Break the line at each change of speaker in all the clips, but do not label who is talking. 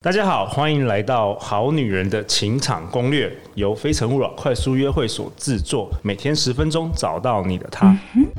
大家好，欢迎来到好女人的情场攻略，由非诚勿扰快速约会所制作，每天10分钟，找到你的他。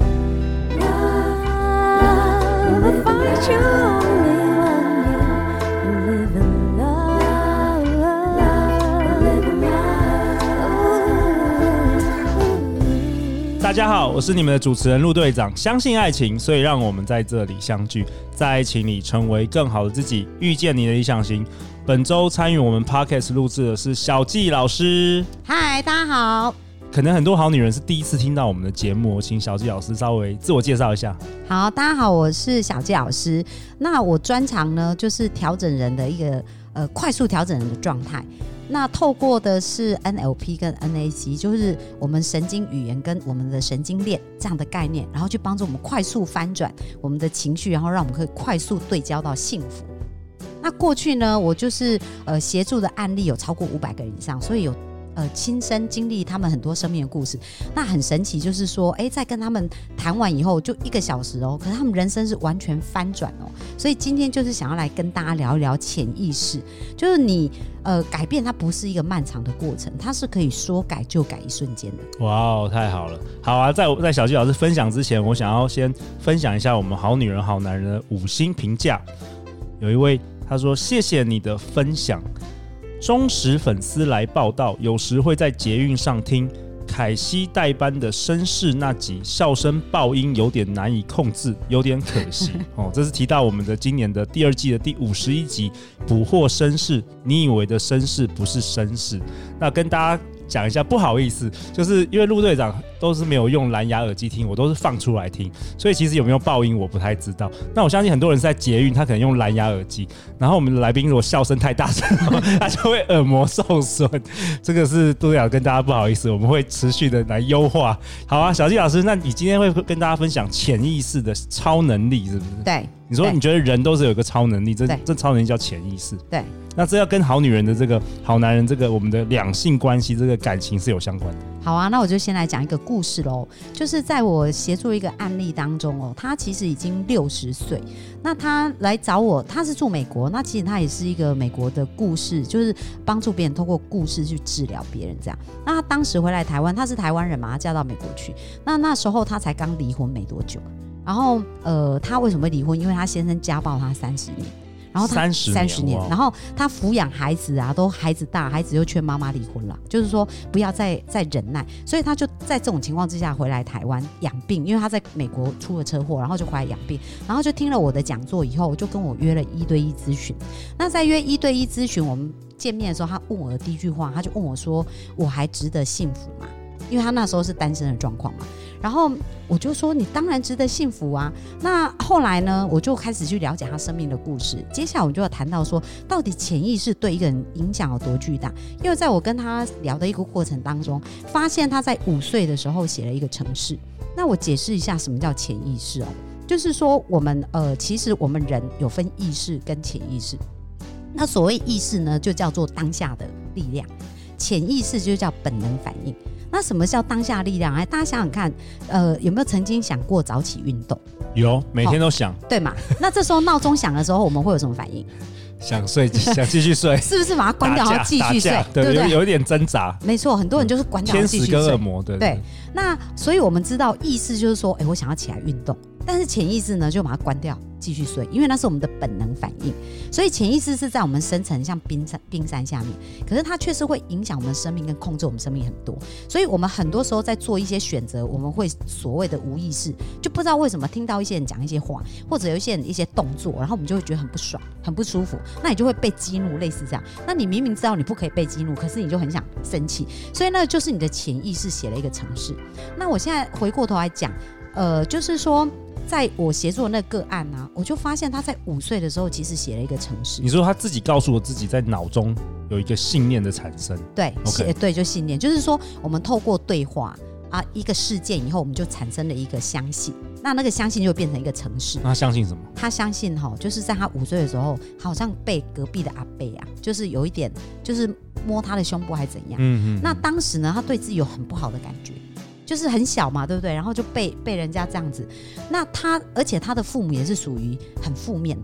大家好，我是你们的主持人陆队长。相信爱情，所以让我们在这里相聚，在爱情里成为更好的自己，遇见你的理想型。本周参与我们 Podcast 录制的是小纪老师。
嗨，大家好。
可能很多好女人是第一次听到我们的节目，请小纪老师稍微自我介绍一下。
好，大家好，我是小纪老师。那我专长呢，就是调整人的一个快速调整人的状态。那透过的是 NLP 跟 NAC， 就是我们神经语言跟我们的神经链这样的概念，然后去帮助我们快速翻转我们的情绪，然后让我们可以快速对焦到幸福。那过去呢，我就是协助的案例有超过500个人以上，所以有亲身经历他们很多生命的故事。那很神奇，就是说在跟他们谈完以后就1个小时可是他们人生是完全翻转所以今天就是想要来跟大家聊一聊潜意识，就是你改变它不是一个漫长的过程，它是可以说改就改一瞬间的。
哇哦，太好了。好啊，在小纪老师分享之前，我想要先分享一下我们好女人好男人的5星评价。有一位他说，谢谢你的分享，忠实粉丝来报道，有时会在捷运上听凯西代班的绅士那集，笑声爆音有点难以控制，有点可惜这是提到我们的今年的第2季的第51集，捕获绅士，你以为的绅士不是绅士。那跟大家讲一下，不好意思，就是因为陆队长都是没有用蓝牙耳机听，我都是放出来听，所以其实有没有爆音我不太知道。那我相信很多人是在捷运，他可能用蓝牙耳机，然后我们的来宾如果笑声太大声，他就会耳膜受损。这个是陆队长跟大家不好意思，我们会持续的来优化。好啊，小纪老师，那你今天会跟大家分享潜意识的超能力，是不是？
对。
你说你觉得人都是有一个超能力，这超能力叫潜意识。
对。
那这要跟好女人的这个好男人这个我们的两性关系这个感情是有相关的。
好啊，那我就先来讲一个故事咯。就是在我协助一个案例当中他其实已经60岁，那他来找我，他是住美国，那其实他也是一个美国的故事，就是帮助别人透过故事去治疗别人这样。那他当时回来台湾，他是台湾人嘛，他嫁到美国去，那时候他才刚离婚没多久，然后他为什么会离婚？因为他先生家暴他30年。然后他30年，然后他抚养孩子都孩子大，孩子又劝妈妈离婚了，就是说不要再忍耐，所以他就在这种情况之下回来台湾养病，因为他在美国出了车祸，然后就回来养病，然后就听了我的讲座以后，就跟我约了1对1咨询。那在约1对1咨询，我们见面的时候，他问我的第一句话，他就问我说：“我还值得幸福吗？”因为他那时候是单身的状况嘛。然后我就说你当然值得幸福啊。那后来呢，我就开始去了解他生命的故事。接下来我们就要谈到说，到底潜意识对一个人影响有多巨大？因为在我跟他聊的一个过程当中，发现他在5岁的时候写了一个程式。那我解释一下什么叫潜意识就是说我们其实我们人有分意识跟潜意识。那所谓意识呢，就叫做当下的力量，潜意识就叫本能反应。那什么叫当下力量？大家想想看，有没有曾经想过早起运动？
有，每天都想，
对嘛？那这时候闹钟响的时候，我们会有什么反应？
想睡，想继续睡，
是不是把它关掉，然后继续睡？
对不对？有一点挣扎。
没错，很多人就是关掉继续睡。
天使跟恶魔，对。
那所以我们知道，意识就是说，我想要起来运动，但是潜意识呢，就把它关掉，继续睡，因为那是我们的本能反应。所以潜意识是在我们深层像冰山下面，可是它确实会影响我们生命跟控制我们生命很多。所以我们很多时候在做一些选择，我们会所谓的无意识，就不知道为什么听到一些人讲一些话，或者有一些人一些动作，然后我们就会觉得很不爽很不舒服，那你就会被激怒，类似这样。那你明明知道你不可以被激怒，可是你就很想生气，所以那就是你的潜意识写了一个程式。那我现在回过头来讲，就是说在我协助的那个个案我就发现他在5岁的时候其实写了一个程式。
你说他自己告诉我自己在脑中有一个信念的产生？
对， okay. 对，就信念，就是说我们透过对话一个事件以后，我们就产生了一个相信，那个相信就变成一个程式。
他相信什么？
他相信就是在他5岁的时候，好像被隔壁的阿伯就是有一点就是摸他的胸部还怎样。那当时呢，他对自己有很不好的感觉，就是很小嘛，对不对？然后就被人家这样子。那而且他的父母也是属于很负面的，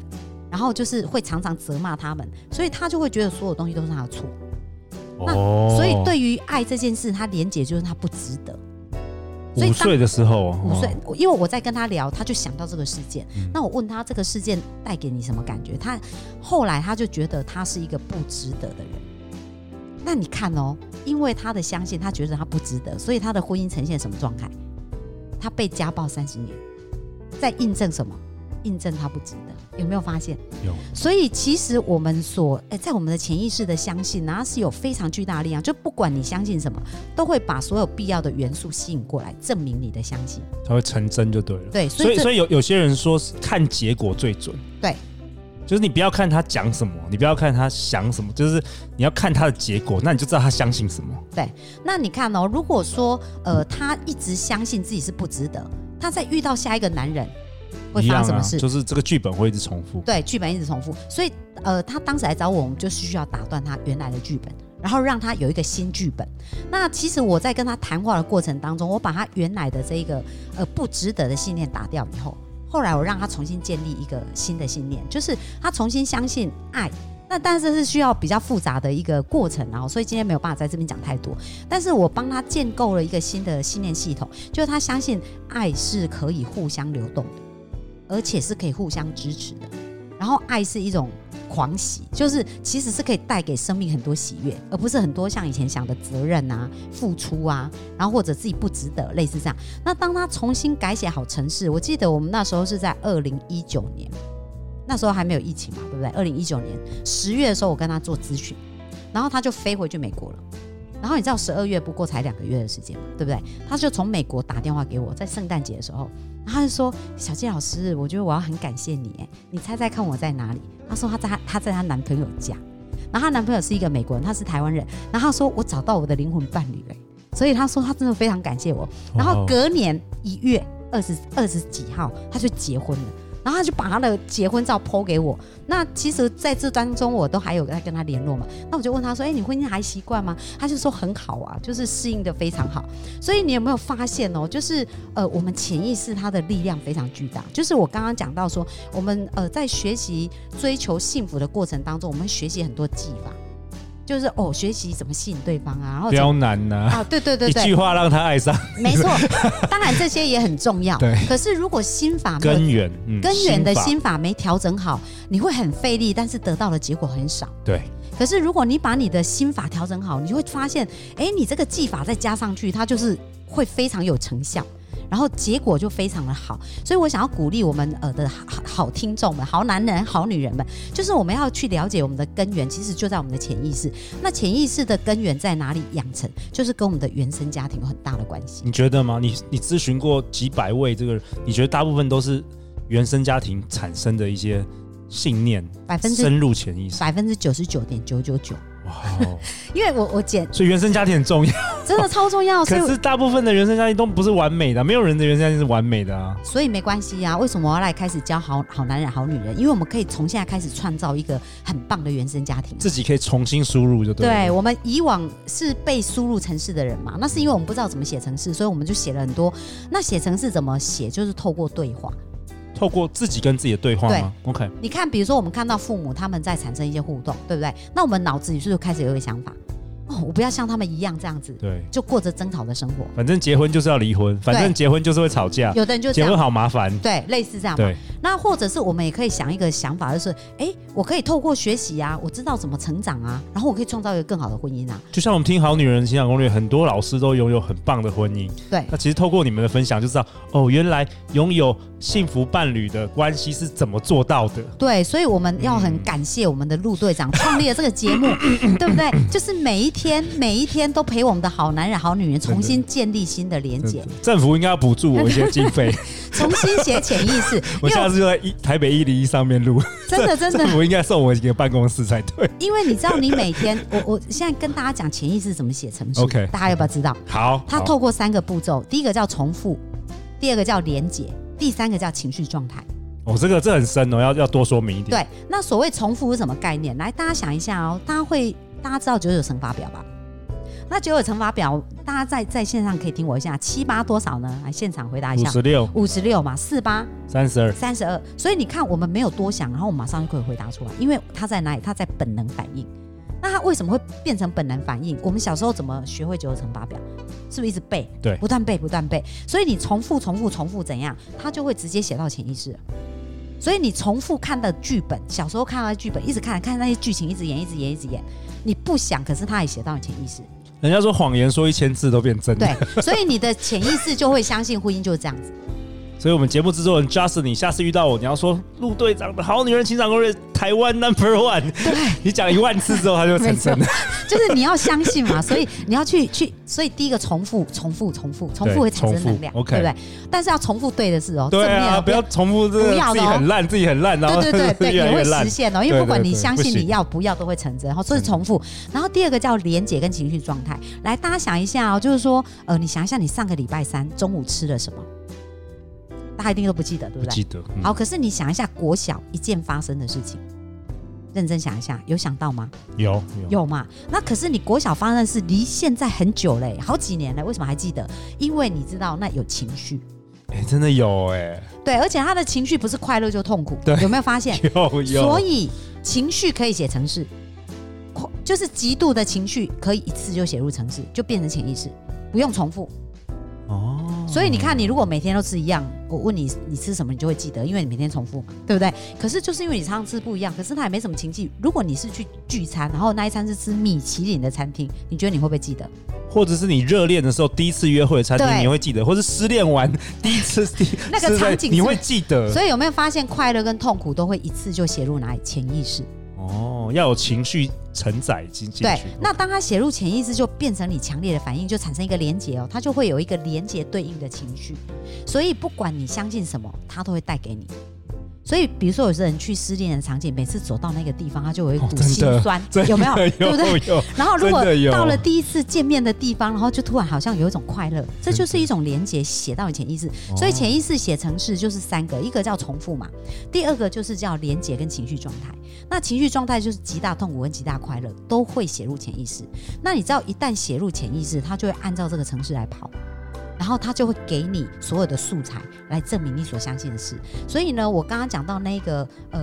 然后就是会常常责骂他们，所以他就会觉得所有东西都是他的错。那所以对于爱这件事，他连结就是他不值得。
5岁的时候
，5岁，因为我在跟他聊，他就想到这个事件。那我问他这个事件带给你什么感觉？他后来他就觉得他是一个不值得的人。那你看哦，因为他的相信，他觉得他不值得，所以他的婚姻呈现什么状态？他被家暴30年，在印证什么？印证他不值得，有没有发现？
有。
所以其实我们在我们的潜意识的相信，然后是有非常巨大的力量，就不管你相信什么，都会把所有必要的元素吸引过来，证明你的相信，
它会成真就对了。
对，
所以有些人说看结果最准。
对。
就是你不要看他讲什么，你不要看他想什么，就是你要看他的结果，那你就知道他相信什么。
对，那你看哦，如果说他一直相信自己是不值得，他再遇到下一个男人会发生什么事？
就是这个剧本会一直重复。
对，剧本一直重复，所以他当时来找我们就需要打断他原来的剧本，然后让他有一个新剧本。那其实我在跟他谈话的过程当中，我把他原来的这个不值得的信念打掉以后。后来我让他重新建立一个新的信念，就是他重新相信爱。那但是这是需要比较复杂的一个过程，然后所以今天没有办法在这边讲太多。但是我帮他建构了一个新的信念系统，就是他相信爱是可以互相流动的，而且是可以互相支持的。然后爱是一种狂喜，就是其实是可以带给生命很多喜悦，而不是很多像以前想的责任啊、付出啊，然后或者自己不值得，类似这样。那当他重新改写好程式，我记得我们那时候是在2019年，那时候还没有疫情嘛，对不对？2019年10月的时候，我跟他做咨询，然后他就飞回去美国了。然后你知道12月不过才2个月的时间嘛，对不对？他就从美国打电话给我，在圣诞节的时候，然后他就说：“小纪老师，我觉得我要很感谢你，你猜猜看我在哪里？”他说他在他男朋友家，然后他男朋友是一个美国人，他是台湾人，然后他说我找到我的灵魂伴侣了，所以他说他真的非常感谢我。然后隔年1月20几号他就结婚了。然后他就把他的结婚照 po 给我。那其实在这当中我都还有在跟他联络嘛。那我就问他说：“你婚姻还习惯吗？”他就说很好啊，就是适应的非常好。所以你有没有发现哦？就是我们潜意识它的力量非常巨大。就是我刚刚讲到说，我们在学习追求幸福的过程当中，我们会学习很多技法。就是学习怎么吸引对方啊，然后
刁难啊，
对，
一句话让他爱上，
没错。当然这些也很重要，
对。
可是如果心法
根源
的心法没调整好，你会很费力，但是得到的结果很少。
对。
可是如果你把你的心法调整好，你就会发现，你这个技法再加上去，它就是会非常有成效。然后结果就非常的好，所以我想要鼓励我们的好听众们、好男人、好女人们，就是我们要去了解我们的根源，其实就在我们的潜意识。那潜意识的根源在哪里养成？就是跟我们的原生家庭有很大的关系。
你觉得吗？你咨询过几百位这个人，你觉得大部分都是原生家庭产生的一些信念深入潜意识
？99.999%。
哇！
因为我
所以原生家庭很重要，
真的超重要。
可是大部分的原生家庭都不是完美的，没有人的原生家庭是完美的啊。
所以没关系啊。为什么我要来开始教好男人、好女人？因为我们可以从现在开始创造一个很棒的原生家庭，
自己可以重新输入就对了。
对，我们以往是被输入程式的人嘛，那是因为我们不知道怎么写程式，所以我们就写了很多。那写程式怎么写？就是透过对话。
透过自己跟自己的对话吗？ OK，
你看，比如说我们看到父母他们在产生一些互动，对不对？那我们脑子里是不是开始有一个想法？我不要像他们一样这样子，
对，
就过着争吵的生活。
反正结婚就是要离婚，反正结婚就是会吵架。
有的人就
结婚好麻烦，
对，类似这样嘛。
对，
那或者是我们也可以想一个想法，就是我可以透过学习啊，我知道怎么成长啊，然后我可以创造一个更好的婚姻啊。
就像我们听好女人情感攻略，很多老师都拥有很棒的婚姻。
对，
那其实透过你们的分享就知道，原来拥有幸福伴侣的关系是怎么做到的。
对，所以我们要很感谢我们的陆队长创立了这个节目，对不对？就是每一天都陪我们的好男人、好女人重新建立新的连结。
政府应该要补助我一些经费，
重新写潜意识。
我下次就在台北101上面录。
真的，
政府应该送我一个办公室才对。
因为你知道，你每天，我现在跟大家讲潜意识怎么写程式
，OK，
大家要不要知道？
好，
它透过3个步骤，第一个叫重复，第二个叫连结，第3个叫情绪状态。
这很深哦，要多说明一点。
对，那所谓重复是什么概念？来，大家想一下哦，大家知道9九乘法表吧？ 那九九乘法表，大家在线上可以听我一下，7、8多少呢？来现场回答一下。56嘛，4、8、32。所以你看，我们没有多想，然后我们马上就可以回答出来，因为它在哪里？它在本能反应。那它为什么会变成本能反应？我们小时候怎么学会九九乘法表？是不是一直背？
对，
不断背。所以你重复怎样，它就会直接写到潜意识了。所以你重复看的剧本，小时候看到的剧本，一直看那些剧情，一直演。你不想，可是它也写到你潜意识。
人家说谎言说1000次都变真的。
对，所以你的潜意识就会相信婚姻就是这样子。
所以我们节目制作人 Justin， 你下次遇到我，你要说陆队长的好女人情场攻略台湾 No.1，
对，
你讲1万次之后，它就成真了。
就是你要相信嘛，所以你要去，所以第一个重复会产生能量，对不对？但是要重复对的事哦。
对啊，不要重复这个自己很烂，然后
对，也会实现哦。因为不管你相信你要不要都会成真，然后这是重复。然后第二个叫连结跟情绪状态。来，大家想一下哦，就是说，你想一下，你上个礼拜3中午吃了什么？大家一定都不记得，对不对？
不记得。
好，可是你想一下国小一件发生的事情，认真想一下，有想到吗？
有
嘛？那可是你国小发生的事离现在很久嘞，好几年了，为什么还记得？因为你知道那有情绪。
真的有
对，而且他的情绪不是快乐就痛苦，有没有发现？
有。
所以情绪可以写程式，就是极度的情绪可以一次就写入程式，就变成潜意识，不用重复。所以你看，你如果每天都吃一样，我问你吃什么，你就会记得，因为你每天重复嘛，对不对？可是就是因为你常常吃不一样，可是它也没什么情绪。如果你是去聚餐，然后那一餐是吃米其林的餐厅，你觉得你会不会记得？
或者是你热恋的时候第一次约会的餐厅，你会记得；或是失恋完第一次
那个场景，
你会记得。
所以有没有发现，快乐跟痛苦都会一次就写入哪里？潜意识。
要有情绪承载进去。
对，那当它写入潜意识，就变成你强烈的反应，就产生一个连结哦，它就会有一个连结对应的情绪。所以不管你相信什么，它都会带给你。所以比如说有些人去失恋的场景，每次走到那个地方，他就有一股心酸，有没有？对不对？然后如果到了第一次见面的地方，然后就突然好像有一种快乐，这就是一种连结写到你潜意识。所以潜意识写程式就是3个，一个叫重复嘛，第二个就是叫连结跟情绪状态。那情绪状态就是极大痛苦跟极大快乐都会写入潜意识。那你知道一旦写入潜意识，它就会按照这个程式来跑。然后他就会给你所有的素材来证明你所相信的事。所以呢，我刚刚讲到那个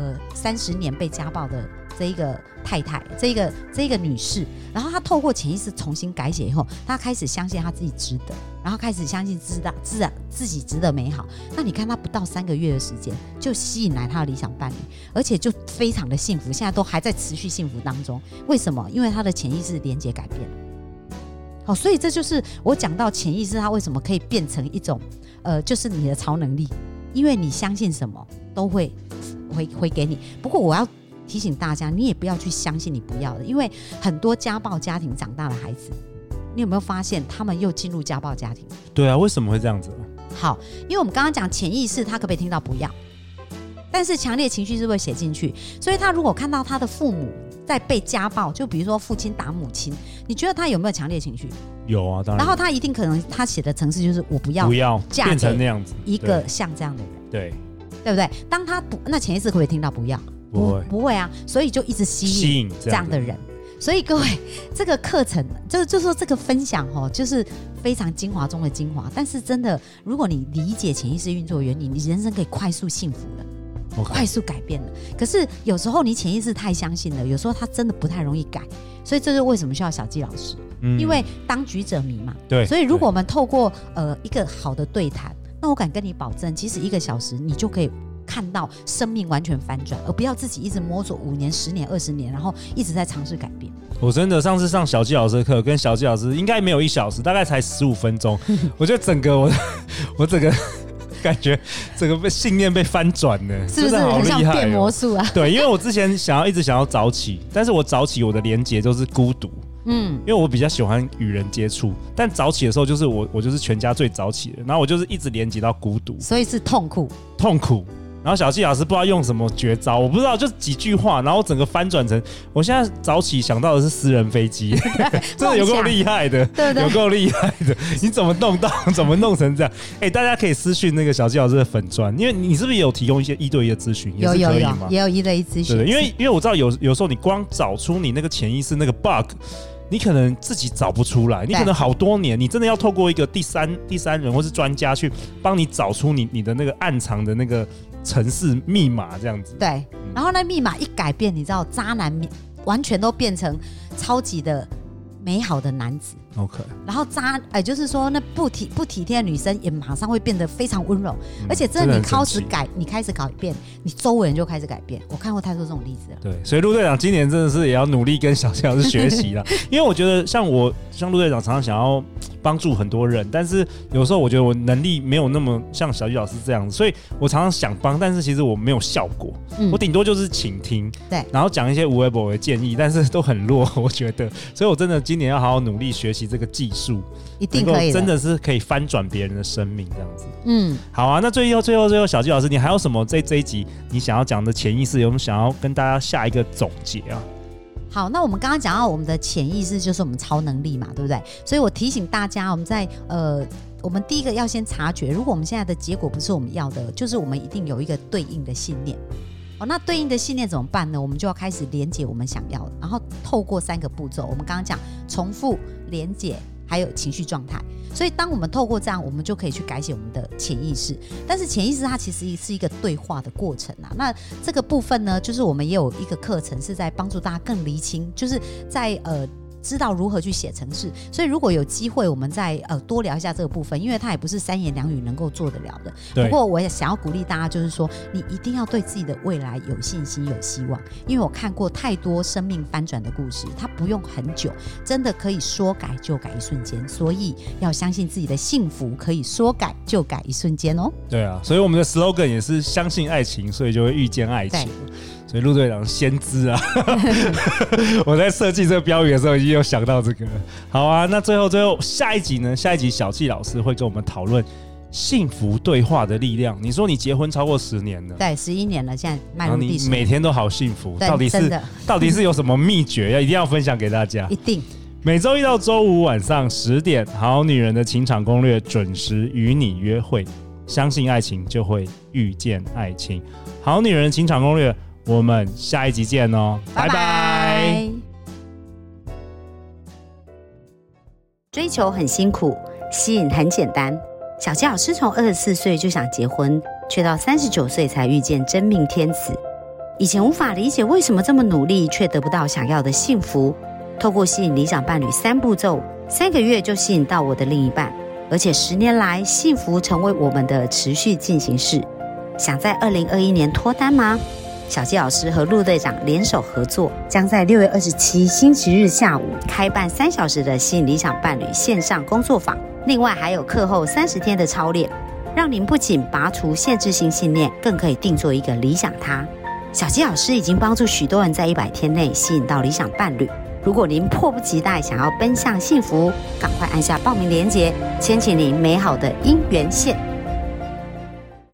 30年被家暴的这一个太太，这一个女士，然后她透过潜意识重新改写以后，她开始相信她自己值得，然后开始相信自己值得美好。那你看她不到3个月的时间，就吸引来她的理想伴侣，而且就非常的幸福，现在都还在持续幸福当中。为什么？因为她的潜意识连结改变了。好，所以这就是我讲到潜意识，它为什么可以变成一种就是你的超能力，因为你相信什么都会给你。不过我要提醒大家，你也不要去相信你不要的，因为很多家暴家庭长大的孩子，你有没有发现他们又进入家暴家庭？
对啊，为什么会这样子？
好，因为我们刚刚讲潜意识，他可不可以听到不要？但是强烈情绪是会写进去，所以他如果看到他的父母在被家暴，就比如说父亲打母亲，你觉得他有没有强烈情绪？
有啊，当然。
然后他一定可能他写的程式就是我不要
变成那样子
一个像这样的人，
对
不对？当他不，那潜意识可不可以听到不要？不会啊，所以就一直吸引这样的人。所以各位，这个课程就说这个分享就是非常精华中的精华。但是真的，如果你理解潜意识运作原理，你人生可以快速幸福了。快速改变了。可是有时候你潜意识太相信了，有时候它真的不太容易改。所以这是为什么需要小纪老师，因为当局者迷嘛。
对。
所以如果我们透过一个好的对谈，那我敢跟你保证，其实1个小时你就可以看到生命完全翻转，而不要自己一直摸索5年、10年、20年，然后一直在尝试改变。
我真的上次上小纪老师的课，跟小纪老师应该没有1小时，大概才15分钟，我觉得整个我整个。感觉整个信念被翻转了，
是不是很像变魔术啊？
对，因为我之前一直想要早起，但是我早起我的连结都是孤独，因为我比较喜欢与人接触，但早起的时候就是我就是全家最早起的，然后我就是一直连结到孤独，
所以是痛苦。
然后小纪老师不知道用什么绝招，我不知道，就是几句话，然后整个翻转成我现在早起想到的是私人飞机，真的有够厉害的，
对不对？
有够厉害的，你怎么弄到，怎么弄成这样？大家可以私讯那个小纪老师的粉专，因为你是不是也有提供一些1对1的咨询？也是可以吗？
也有1对1咨询。
对，因为我知道有时候你光找出你那个潜意识那个 bug。 你可能自己找不出来，你可能好多年，你真的要透过一个第三人或是专家去帮你找出你的那个暗藏的那个程式密码这样子。
对，然后那密码一改变，你知道渣男完全都变成超级的美好的男子。
OK，
然后就是说那不体贴的女生也马上会变得非常温柔，而且真的你开始改变，你周围人就开始改变。我看过太多这种例子了。
对，所以陆队长今年真的是也要努力跟小纪老师学习啦，因为我觉得像陆队长常常想要帮助很多人，但是有时候我觉得我能力没有那么像小纪老师这样子，所以我常常想帮，但是其实我没有效果，我顶多就是倾听，
对，
然后讲一些无微不微的建议，但是都很弱，我觉得，所以我真的今年要好好努力学习这个技术，
一定可以的，
真的是可以翻转别人的生命这样子。好啊，那最后，小纪老师，你还有什么这一集你想要讲的潜意识，有没有想要跟大家下一个总结啊？
好，那我们刚刚讲到我们的潜意识就是我们超能力嘛，对不对？所以我提醒大家，我们第一个要先察觉，如果我们现在的结果不是我们要的，就是我们一定有一个对应的信念。那对应的信念怎么办呢？我们就要开始连结我们想要的，然后透过3个步骤，我们刚刚讲重复、连结还有情绪状态。所以当我们透过这样，我们就可以去改写我们的潜意识。但是潜意识它其实是一个对话的过程啊。那这个部分呢，就是我们也有一个课程是在帮助大家更厘清，就是在知道如何去写程式。所以如果有机会，我们再多聊一下这个部分，因为它也不是3言2语能够做得了的。不过我也想要鼓励大家，就是说你一定要对自己的未来有信心、有希望。因为我看过太多生命翻转的故事，它不用很久，真的可以说改就改一瞬间。所以要相信自己的幸福可以说改就改一瞬间哦。
对啊，所以我们的 slogan 也是相信爱情，所以就会遇见爱情。所以陆队长先知啊我在设计这个标语的时候已经有想到这个了。好啊，那最后下一集呢？下一集小纪老师会跟我们讨论幸福对话的力量。你说你结婚超过10年了，
对，11年了，现在迈入第10年，
你每天都好幸福，到底是有什么秘诀？一定要分享给大家。
一定。
每周1到周5晚上10点，好女人的情场攻略准时与你约会。相信爱情，就会遇见爱情。好女人的情场攻略，我们下一集见哦，拜拜。
追求很辛苦，吸引很简单。小纪老师从24岁就想结婚，却到39岁才遇见真命天子。以前无法理解为什么这么努力，却得不到想要的幸福。透过吸引理想伴侣3步骤，3个月就吸引到我的另一半，而且10年来，幸福成为我们的持续进行式。想在2021年脱单吗？小纪老师和陆队长联手合作，将在6月27星期日下午开办3小时的吸引理想伴侣线上工作坊，另外还有课后30天的操练，让您不仅拔除限制性信念，更可以定做一个理想他。小纪老师已经帮助许多人在100天内吸引到理想伴侣。如果您迫不及待想要奔向幸福，赶快按下报名链接，牵起您美好的姻缘线。